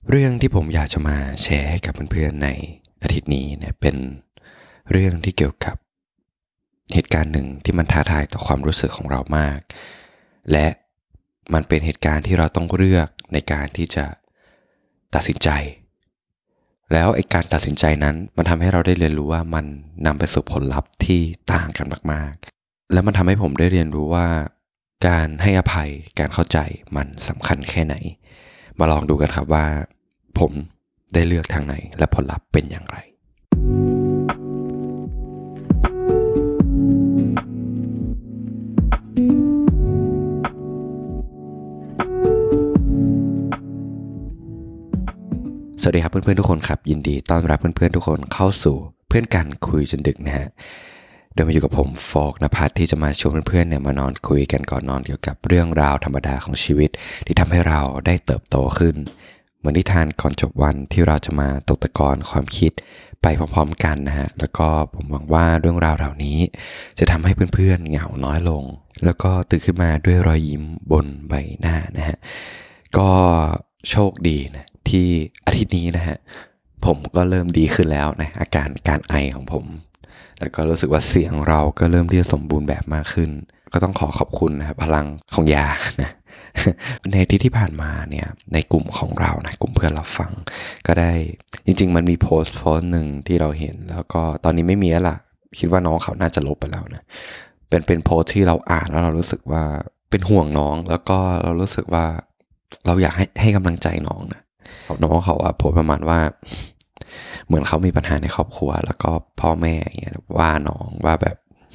เรื่องที่ผมอยากจะมาแชร์ให้กับเพื่อนๆในอาทิตย์นี้เนี่ยเป็นเรื่องที่เกี่ยวกับเหตุการณ์หนึ่งที่มันท้าทายต่อความรู้สึกของเรามากและมันเป็นเหตุการณ์ที่เราต้องเลือกในการที่จะตัดสินใจแล้วไอ้การตัดสินใจนั้นมันทำให้เราได้เรียนรู้ว่ามันนำไปสู่ผลลัพธ์ที่ต่างกันมากๆแล้วมันทำให้ผมได้เรียนรู้ว่าการให้อภัยการเข้าใจมันสำคัญแค่ไหนมาลองดูกันครับว่าผมได้เลือกทางไหนและผลลัพธ์เป็นอย่างไรสวัสดีครับเพื่อนๆทุกคนครับยินดีต้อนรับเพื่อนๆทุกคนเข้าสู่เพื่อนกันคุยจนดึกนะฮะโดยมาอยู่กับผมโฟกนภัสที่จะมาชวนเพื่อนๆเนี่ยมานอนคุยกันก่อนนอนเกี่ยวกับเรื่องราวธรรมดาของชีวิตที่ทำให้เราได้เติบโตขึ้นเหมือนนิทานก่อนจบวันที่เราจะมาตกตะกอนความคิดไปพร้อมๆกันนะฮะแล้วก็ผมหวังว่าเรื่องราวเหล่านี้จะทำให้เพื่อนๆเหงาน้อยลงแล้วก็ตื่นขึ้นมาด้วยรอยยิ้มบนใบหน้านะฮะก็โชคดีนะที่อาทิตย์นี้นะฮะผมก็เริ่มดีขึ้นแล้วนะอาการไอของผมแล้วก็รู้สึกว่าเสียงเราก็เริ่มที่จะสมบูรณ์แบบมากขึ้นก็ต้องขอบคุณนะครับพลังของยานะในที่ผ่านมาเนี่ยในกลุ่มของเรานะกลุ่มเพื่อนเราฟังก็ได้จริงๆมันมีโพสต์หนึ่งที่เราเห็นแล้วก็ตอนนี้ไม่มีแล้วล่ะคิดว่าน้องเขาน่าจะลบไปแล้วนะเป็นโพสต์ที่เราอ่านแล้วเรารู้สึกว่าเป็นห่วงน้องแล้วก็เรารู้สึกว่าเราอยากให้กำลังใจน้องนะน้องเขาโพสต์ประมาณว่าเหมือนเขามีปัญหาในครอบครัวแล้วก็พ่อแม่อย่างเงี้ยว่าน้องว่าแบบ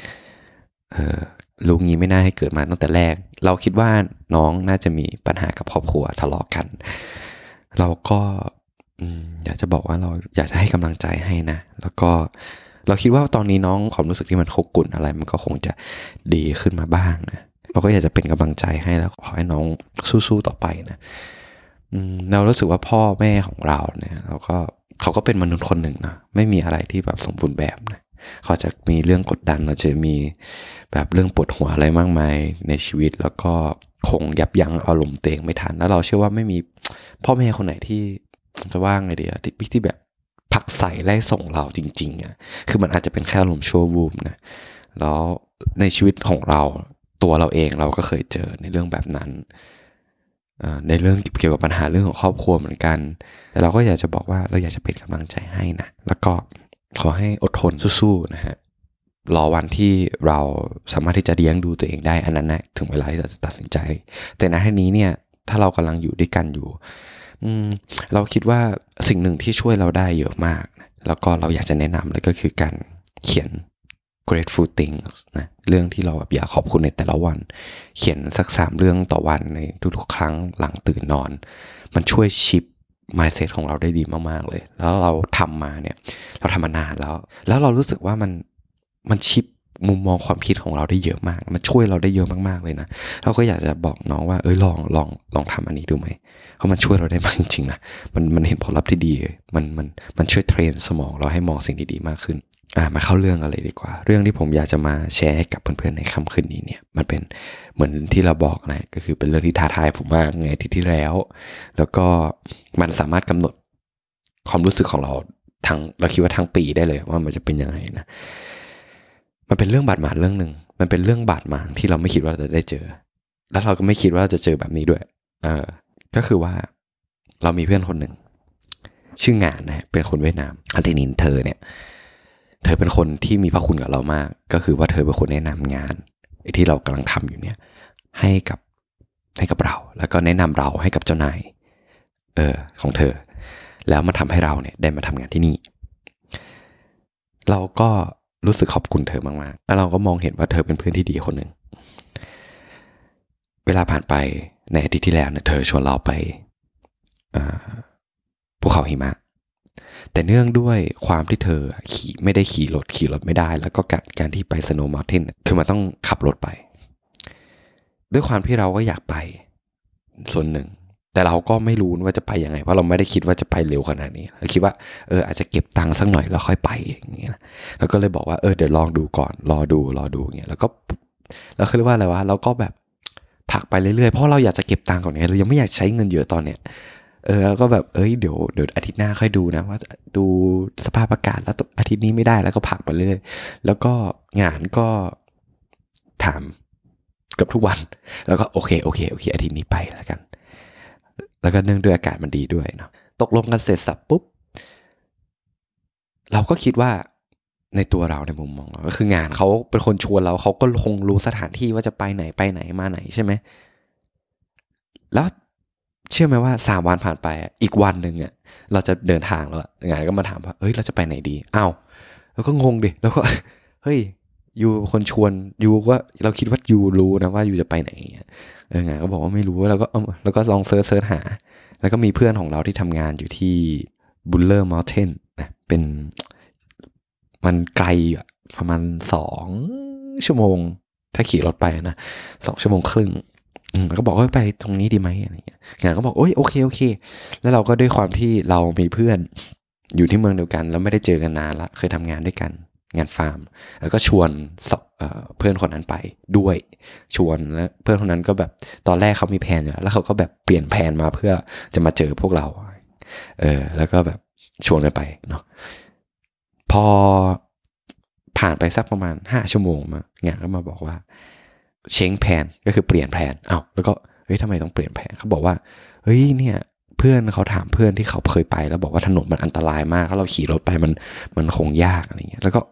ลูกนี้ไม่น่าให้เกิดมาตั้งแต่แรกเราคิดว่าน้องน่าจะมีปัญหากับครอบครัวทะเลาะกันเราก็อยากจะบอกว่าเราอยากจะให้กำลังใจให้นะแล้วก็เราคิดว่าตอนนี้น้องความรู้สึกที่มันคุกรุ่นอะไรมันก็คงจะดีขึ้นมาบ้างนะเราก็อยากจะเป็นกำลังใจให้แล้วขอให้น้องสู้ๆต่อไปนะเรารู้สึกว่าพ่อแม่ของเราเนี่ยเขาก็เป็นมนุษย์คนหนึ่งนะไม่มีอะไรที่แบบสมบูรณ์แบบนะเขาจะมีเรื่องกดดันเราจะมีแบบเรื่องปวดหัวอะไรมากมายในชีวิตแล้วก็คงยับยั้งอารมณ์ตัวเองไม่ทันแล้วเราเชื่อว่าไม่มีพ่อแม่คนไหนที่จะว่าไงดีที่แบบผลักใส่ไล่ส่งเราจริงๆคือมันอาจจะเป็นแค่อารมณ์ชั่ววูบนะแล้วในชีวิตของเราตัวเราเองเราก็เคยเจอในเรื่องแบบนั้นในเรื่องเกี่ยวกับปัญหาเรื่องของครอบครัวเหมือนกันแต่เราก็อยากจะบอกว่าเราอยากจะเป็นกำลังใจให้นะแล้วก็ขอให้อดทนสู้ๆนะฮะรอวันที่เราสามารถที่จะเลี้ยงดูตัวเองได้อันนั้นนะถึงเวลาที่เราจะตัดสินใจแต่ณที่นี้เนี่ยถ้าเรากำลังอยู่ด้วยกันอยู่เราคิดว่าสิ่งหนึ่งที่ช่วยเราได้เยอะมากแล้วก็เราอยากจะแนะนำเลยก็คือการเขียน grateful things นะเรื่องที่เราแบบอยากขอบคุณในแต่ละวันเขียนสัก3เรื่องต่อวันในทุกๆครั้งหลังตื่นนอนมันช่วยชิป mindset ของเราได้ดีมากๆเลยแล้วเราทำมาเนี่ยเราทำมานานแล้วเรารู้สึกว่ามันชิปมุมมองความคิดของเราได้เยอะมากมันช่วยเราได้เยอะมากๆเลยนะเราก็อยากจะบอกน้องว่าลองทำอันนี้ดูไหมเพราะมันช่วยเราได้มากจริงๆนะมันเห็นผลลัพธ์ที่ดีมันช่วยเทรนสมองเราให้มองสิ่งดีๆมากขึ้นมาเข้าเรื่องกันเลยดีกว่าเรื่องที่ผมอยากจะมาแชร์ให้กับเพื่อนๆในค่ำคืนนี้เนี่ยมันเป็นเหมือนที่เราบอกนะก็คือเป็นเรื่องที่ท้าทายผมมากในอาทิตย์ที่แล้วก็มันสามารถกำหนดความรู้สึกของเราเราคิดว่าทั้งปีได้เลยว่ามันจะเป็นยังไงนะมันเป็นเรื่องบาดหมางเรื่องนึงมันเป็นเรื่องบาดหมางที่เราไม่คิดว่าจะได้เจอแล้วเราก็ไม่คิดว่าจะเจอแบบนี้ด้วยก็คือว่าเรามีเพื่อนคนหนึ่งชื่องานนะเป็นคนเวียดนามอันที่นินเธอเป็นคนที่มีพระคุณกับเรามากก็คือว่าเธอเป็นคนแนะนำงานที่เรากำลังทำอยู่เนี่ยให้กับเราแล้วก็แนะนำเราให้กับเจ้านายของเธอแล้วมาทำให้เราเนี่ยได้มาทำงานที่นี่เราก็รู้สึกขอบคุณเธอมากๆแล้วเราก็มองเห็นว่าเธอเป็นเพื่อนที่ดีคนหนึ่งเวลาผ่านไปในอาทิตย์ที่แล้วเนี่ยเธอชวนเราไปภูเขาหิมะแต่เนื่องด้วยความที่เธอไม่ได้ขี่รถไม่ได้แล้วก็การที่ไปสโนว์มาวน์เทนคือมันต้องขับรถไปด้วยความที่เราก็อยากไปส่วนหนึ่งแต่เราก็ไม่รู้ว่าจะไปยังไงเพราะเราไม่ได้คิดว่าจะไปเร็วขนาดนี้เราคิดว่าอาจจะเก็บตังค์สักหน่อยแล้วค่อยไปอย่างเงี้ยแล้วก็เลยบอกว่าเดี๋ยวลองดูก่อนรอดูอย่างเงี้ยแล้วก็เราคือว่าอะไรวะเราก็แบบผลักไปเรื่อยๆเพราะเราอยากจะเก็บตังค์ก่อนไงเรายังไม่อยากใช้เงินเยอะตอนเนี้ยแล้วก็แบบเดี๋ยวอาทิตย์หน้าค่อยดูนะว่าดูสภาพอากาศแล้วอาทิตย์นี้ไม่ได้แล้วก็พักไปเรื่อยแล้วก็งานก็ถามเกือบทุกวันแล้วก็โอเคอาทิตย์นี้ไปแล้วกันแล้วก็เนื่องด้วยอากาศมันดีด้วยเนาะตกลงกันเสร็จสับปุ๊บเราก็คิดว่าในตัวเราในมุมมองเราก็คืองานเขาเป็นคนชวนเราเขาก็คงรู้สถานที่ว่าจะไปไหนมาไหนใช่ไหมแล้วเชื่อไหมว่า3 วันผ่านไปอีกวันนึงเราจะเดินทางแล้วงานก็มาถามว่าเราจะไปไหนดีอ้าวแล้วก็งงดิแล้วก็เฮ้ยยูคนชวนยูก็เราคิดว่ายูรู้นะว่ายูจะไปไหนงานก็บอกว่าไม่รู้แล้วก็ลองเซิร์ชหาแล้วก็มีเพื่อนของเราที่ทำงานอยู่ที่บุลเลอร์มอลเทนนะเป็นมันไกลประมาณ2 ชั่วโมงถ้าขี่รถไปนะ2 ชั่วโมงครึ่งแล้วก็บอกว่าไปตรงนี้ดีไหมอะไรเงี้ยงานก็บอกโอเคแล้วเราก็ด้วยความที่เรามีเพื่อนอยู่ที่เมืองเดียวกันแล้วไม่ได้เจอกันนานละเคยทำงานด้วยกันงานฟาร์มแล้วก็ชวนเพื่อนคนนั้นไปด้วยชวนแล้วเพื่อนคนนั้นก็แบบตอนแรกเขามีแผนอยู่แล้วเขาก็แบบเปลี่ยนแผนมาเพื่อจะมาเจอพวกเราแล้วก็แบบชวนกันไปเนาะพอผ่านไปสักประมาณ5 ชั่วโมงมางานก็มาบอกว่าเช้งแผนก็คือเปลี่ยนแผนแล้วก็ทำไมต้องเปลี่ยนแผนเขาบอกว่าเนี่ยเพื่อนเขาถามเพื่อนที่เขาเคยไปแล้วบอกว่าถนนมันอันตรายมากถ้าเราขี่รถไปมันคงยากอะไรเงี้ยแล้วก็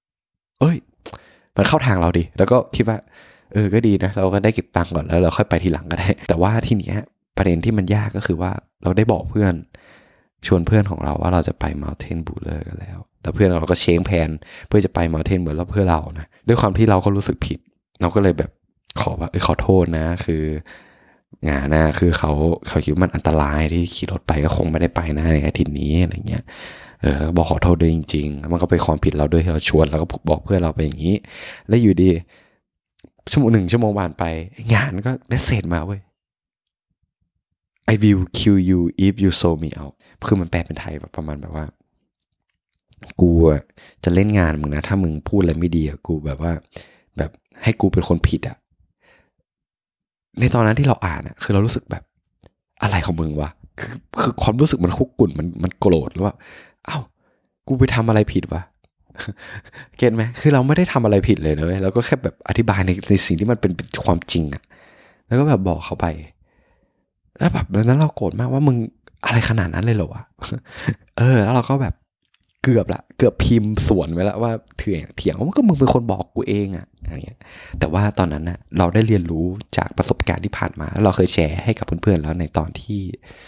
มันเข้าทางเราดิแล้วก็คิดว่าก็ดีนะเราก็ได้เก็บตังค์ก่อนแล้วเราค่อยไปทีหลังก็ได้แต่ว่าทีเนี้ยประเด็นที่มันยากก็คือว่าเราได้บอกเพื่อนชวนเพื่อนของเราว่าเราจะไป Mountain Buller กันแล้วแต่เพื่อนเราก็เช้งแผนเพื่อจะไป Mountain Buller เพื่อเรานะด้วยความที่เราก็รู้สึกผิดเราก็เลยแบบขอว่าขอโทษนะคืองานนะคือเขาคิดว่ามันอันตรายที่ขี่รถไปก็คงไม่ได้ไปนะในอาทิตย์นี้อะไรเงี้ยแล้วก็บอกขอโทษด้วยจริงๆมันก็เป็นความผิดเราด้วยที่เราชวนแล้วก็บอกเพื่อนเราไปอย่างนี้แล้วอยู่ดี1 ชั่วโมงผ่านไปงานก็เมสเสจมาเว้ย I will kill you if you show me out คือมันแปลเป็นไทยแบบประมาณแบบว่ากูจะเล่นงานมึงนะถ้ามึงพูดอะไรไม่ดีกูแบบว่าแบบให้กูเป็นคนผิดในตอนนั้นที่เราอ่านคือเรารู้สึกแบบอะไรของมึงวะคือความรู้สึกมันคุกกุ่นมันโกรธแล้วว่ากูไปทำอะไรผิดวะเก็ทไหมคือเราไม่ได้ทำอะไรผิดเลยเราก็แค่แบบอธิบายในสิ่งที่มันเป็นความจริงแล้วก็แบบบอกเขาไปแล้วแบบนั้นเราโกรธมากว่ามึงอะไรขนาดนั้นเลยเหรอวะแล้วเราก็แบบเกือบพิมพ์สวนไว้แล้วว่าเถียงว่าก็มึงเป็นคนบอกกูเองอะไรเงี้ยแต่ว่าตอนนั้นเราได้เรียนรู้จากประสบการณ์ที่ผ่านมาแล้วเราเคยแชร์ให้กับเพื่อนๆแล้วในตอนที่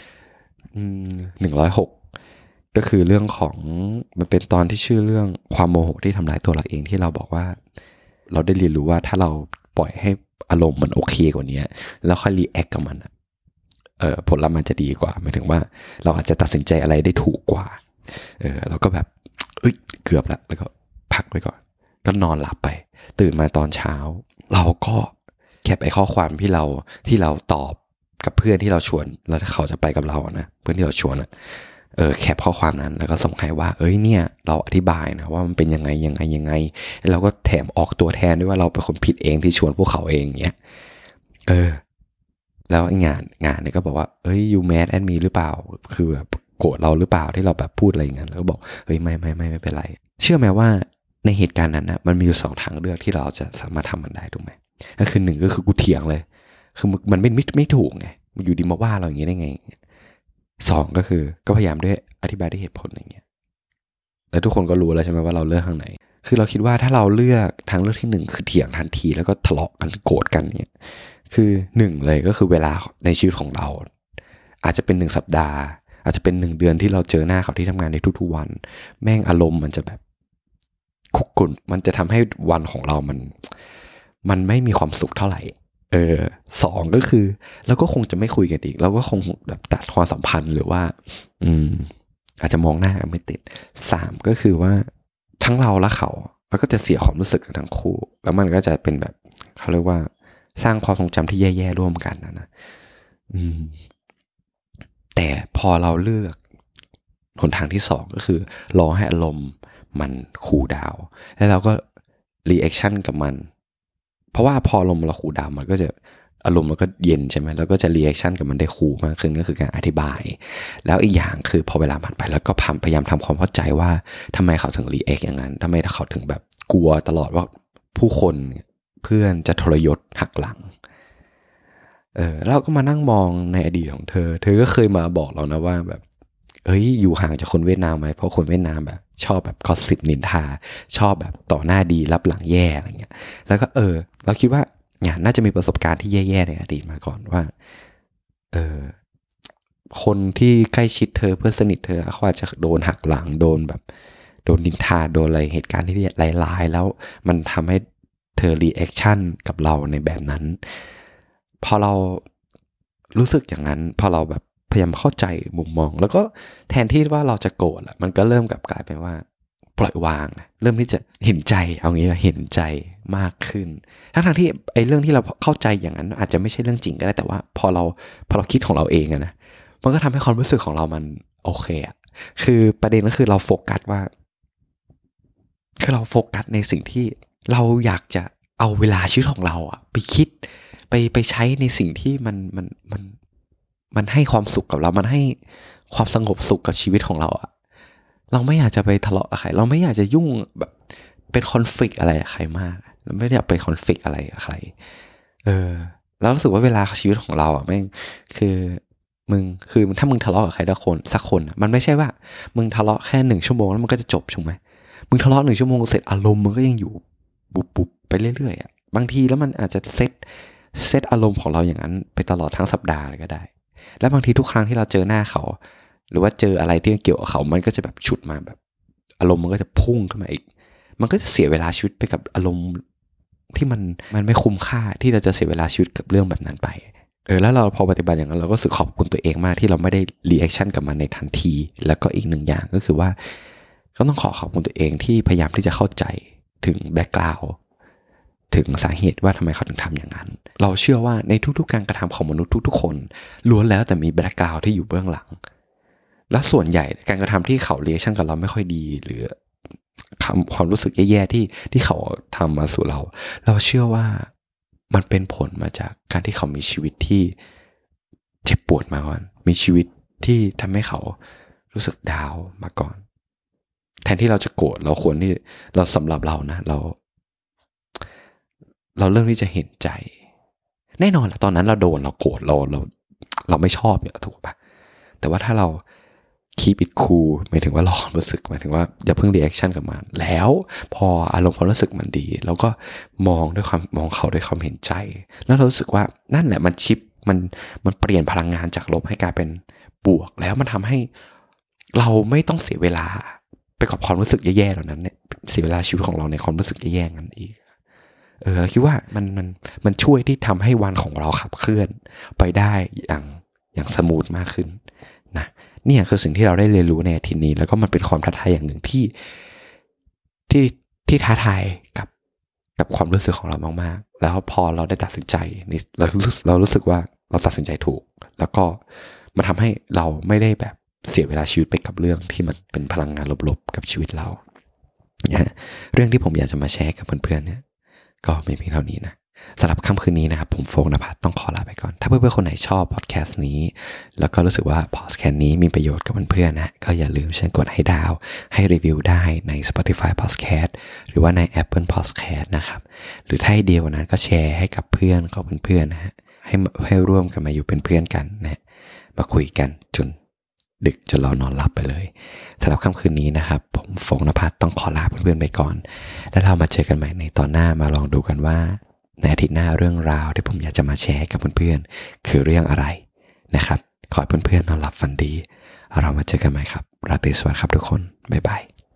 106ก็คือเรื่องของมันเป็นตอนที่ชื่อเรื่องความโมโหที่ทำลายตัวเราเองที่เราบอกว่าเราได้เรียนรู้ว่าถ้าเราปล่อยให้อารมณ์มันโอเคกว่านี้แล้วค่อยรีแอคกับมันผลลัพธ์มันจะดีกว่าหมายถึงว่าเราอาจจะตัดสินใจอะไรได้ถูกกว่าเราก็แบบเกือบแล้วก็พักไว้ก่อนก็นอนหลับไปตื่นมาตอนเช้าเราก็แคปข้อความที่เราตอบกับเพื่อนที่เราชวนแล้วเขาจะไปกับเรานะเพื่อนที่เราชวนแคปข้อความนั้นแล้วก็ส่งให้ว่าเนี่ยเราอธิบายนะว่ามันเป็นยังไงเราก็แถมออกตัวแทนด้วยว่าเราเป็นคนผิดเองที่ชวนพวกเขาเองเงี้ยแล้วงานเนี่ยก็บอกว่าyou mad at me หรือเปล่าคือแบบโกรธเราหรือเปล่าที่เราแบบพูดอะไรอย่างนั้นแล้วก็บอกไม่เป็นไรเชื่อไหมว่าในเหตุการณ์นั้นมันมีอยู่2 ทางเลือกที่เราจะสามารถทำมันได้ถูกไหมก็คือ1ก็คือกูเถียงเลยคือมันไม่ถูกไงมันอยู่ดีมาว่าเราอย่างนี้ได้ไง2ก็คือก็พยายามด้วยอธิบายด้วยเหตุผลอย่างเงี้ยแล้วทุกคนก็รู้แล้วใช่ไหมว่าเราเลือกทางไหนคือเราคิดว่าถ้าเราเลือกทางเลือกที่1คือเถียงทันทีแล้วก็ทะเลาะกันโกรธกันเนี่ยคือ1เลยก็คือเวลาในชีวิตของเราอาจจะเป็น1 สัปดาห์อาจจะเป็น1 เดือนที่เราเจอหน้าเขาที่ทำงานในทุกๆวันแม่งอารมณ์มันจะแบบคุกกุ่นมันจะทำให้วันของเรามันไม่มีความสุขเท่าไหร่2ก็คือเราก็คงจะไม่คุยกันอีกเราก็คงแบบตัดความสัมพันธ์หรือว่าอาจจะมองหน้ากันไม่ติด3ก็คือว่าทั้งเราและเขาก็จะเสียความรู้สึกกันทั้งคู่แล้วมันก็จะเป็นแบบเขาเรียกว่าสร้างความทรงจำที่แย่ๆร่วมกันนะแต่พอเราเลือกหนทางที่2ก็คือรอให้อารมณ์มันคูลดาวน์แล้วเราก็รีแอคชั่นกับมันเพราะว่าพออารมณ์เราคูลดาวน์มันก็จะอารมณ์มันก็เย็นใช่ไหมแล้วก็จะรีแอคชั่นกับมันได้คูลมากขึ้นก็คือการอธิบายแล้วอีกอย่างคือพอเวลาผ่านไปแล้วก็พยายามทำความเข้าใจว่าทำไมเขาถึงรีแอคอย่างนั้นทำไมเขาถึงแบบกลัวตลอดว่าผู้คนเพื่อนจะทรยศหักหลังแล้วก็มานั่งมองในอดีตของเธอก็เคยมาบอกเรานะว่าแบบอยู่ห่างจากคนเวียดนามไหมเพราะคนเวียดนามแบบชอบแบบกอสซิปนินทาชอบแบบต่อหน้าดีรับหลังแย่อะไรเงี้ยแล้วก็เราคิดว่าเนี่ยน่าจะมีประสบการณ์ที่แย่ๆในอดีตมาก่อนว่าคนที่ใกล้ชิดเธอเพื่อนสนิทเธอเขาอาจจะโดนหักหลังโดนนินทาโดนอะไรเหตุการณ์ที่ร้ายๆแล้วมันทำให้เธอรีแอคชั่นกับเราในแบบนั้นพอเรารู้สึกอย่างนั้นพอเราแบบพยายามเข้าใจมุมมองแล้วก็แทนที่ว่าเราจะโกรธมันก็เริ่มกลายเป็นว่าปล่อยวางนะเริ่มที่จะเห็นใจเอางี้นะเห็นใจมากขึ้นทั้งที่ไอ้เรื่องที่เราเข้าใจอย่างนั้นอาจจะไม่ใช่เรื่องจริงก็ได้แต่ว่าพอเราคิดของเราเองนะมันก็ทำให้ความรู้สึกของเรามันโอเคอะคือประเด็นก็คือเราโฟกัสว่าคือเราโฟกัสในสิ่งที่เราอยากจะเอาเวลาชีวิตของเราอะไปคิดไปใช้ในสิ่งที่มันให้ความสุขกับเรามันให้ความสงบสุขกับชีวิตของเราอะเราไม่อยากจะไปทะเลาะกับใครเราไม่อยากจะยุ่งแบบเป็นคอนฟลิกต์อะไรกับใครมากเราไม่ได้อยากไปคอนฟลิกต์อะไรกับใครแล้วรู้สึกว่าเวลาชีวิตของเราอ่ะแม่งคือถ้ามึงทะเลาะกับใครสักคนมันไม่ใช่ว่ามึงทะเลาะแค่1 ชั่วโมงแล้วมันก็จะจบใช่ไหมมึงทะเลาะ1 ชั่วโมงเสร็จอารมณ์มึงก็ยังอยู่บุบไปเรื่อยๆอ่ะบางทีแล้วมันอาจจะเซตอารมณ์ของเราอย่างนั้นไปตลอดทั้งสัปดาห์เลยก็ได้และบางทีทุกครั้งที่เราเจอหน้าเขาหรือว่าเจออะไรที่เกี่ยวกับเขามันก็จะแบบฉุดมาแบบอารมณ์มันก็จะพุ่งขึ้นมาอีกมันก็จะเสียเวลาชีวิตไปกับอารมณ์ที่มันไม่คุ้มค่าที่เราจะเสียเวลาชีวิตกับเรื่องแบบนั้นไปแล้วเราพอปฏิบัติอย่างนั้นเราก็รู้สึกขอบคุณตัวเองมากที่เราไม่ได้รีแอคชั่นกับมันในทันทีแล้วก็อีกหนึ่งอย่างก็คือว่าก็ต้องขอบคุณตัวเองที่พยายามที่จะเข้าใจถึงแบ็คกราวด์ถึงสาเหตุว่าทำไมเขาถึงทำอย่างนั้นเราเชื่อว่าในทุกๆการกระทำของมนุษย์ทุกๆคนล้วนแล้วแต่มีแบ็คกราวด์ที่อยู่เบื้องหลังและส่วนใหญ่การกระทำที่เขารีแอคชั่นกับเราไม่ค่อยดีหรือความรู้สึกแย่ๆที่เขาทำมาสู่เราเชื่อว่ามันเป็นผลมาจากการที่เขามีชีวิตที่เจ็บปวดมาก่อนมีชีวิตที่ทำให้เขารู้สึกดาวมาก่อนแทนที่เราจะโกรธเราควรที่เราสำหรับเรานะเราเริ่มที่จะเห็นใจแน่นอนแหละตอนนั้นเราโดนเราโกรธเราไม่ชอบอยู่ถูกปะแต่ว่าถ้าเรา keep it cool หมายถึงว่ารอความรู้สึกหมายถึงว่าอย่าเพิ่ง reaction กับมันแล้วพออารมณ์ความรู้สึกมันดีเราก็มองเขาด้วยความเห็นใจแล้วเรารู้สึกว่านั่นแหละมันชิปมันเปลี่ยนพลังงานจากลบให้กลายเป็นบวกแล้วมันทำให้เราไม่ต้องเสียเวลาไปกับความรู้สึกแย่ๆเหล่านั้นเนี่ยเสียเวลาชีวิตของเราในความรู้สึกแย่ๆนั้นอีกเราคิดว่ามันช่วยที่ทำให้วันของเราขับเคลื่อนไปได้อย่างสมูทมากขึ้นนะเนี่ยคือสิ่งที่เราได้เรียนรู้ในอาทิตย์นี้แล้วก็มันเป็นความท้าทายอย่างหนึ่งที่ท้าทายกับความรู้สึกของเรามากๆแล้วพอเราได้ตัดสินใจเรารู้สึกว่าเราตัดสินใจถูกแล้วก็มันทำให้เราไม่ได้แบบเสียเวลาชีวิตไปกับเรื่องที่มันเป็นพลังงานลบๆกับชีวิตเราเนี่ยเรื่องที่ผมอยากจะมาแชร์กับเพื่อนๆเนี่ยก็ไม่เพียงเท่านี้นะสำหรับค่ำคืนนี้นะครับผมโฟกนภัสต้องขอลาไปก่อนถ้าเพื่อนๆคนไหนชอบพอดแคสต์นี้แล้วก็รู้สึกว่าพอดแคสต์นี้มีประโยชน์กับเพื่อนๆนะก็อย่าลืมเช่นกดให้ดาวให้รีวิวได้ใน Spotify Podcast หรือว่าใน Apple Podcast นะครับหรือถ้าให้เดียวนั้นก็แชร์ให้กับเพื่อนกับเพื่อนๆนะฮะให้ร่วมกันมาอยู่เป็นเพื่อนกันนะมาคุยกันจนดึกจนเรานอนหลับไปเลยสำหรับค่ำคืนนี้นะครับผมโฟกนภัสต้องขอลาเพื่อนๆไปก่อนแล้วเรามาเจอกันใหม่ในตอนหน้ามาลองดูกันว่าในอาทิตย์หน้าเรื่องราวที่ผมอยากจะมาแชร์กับเพื่อนๆคือเรื่องอะไรนะครับขอให้เพื่อนๆนอนหลับฝันดีเรามาเจอกันใหม่ครับราตรีสวัสดิ์ครับทุกคนบ๊ายบาย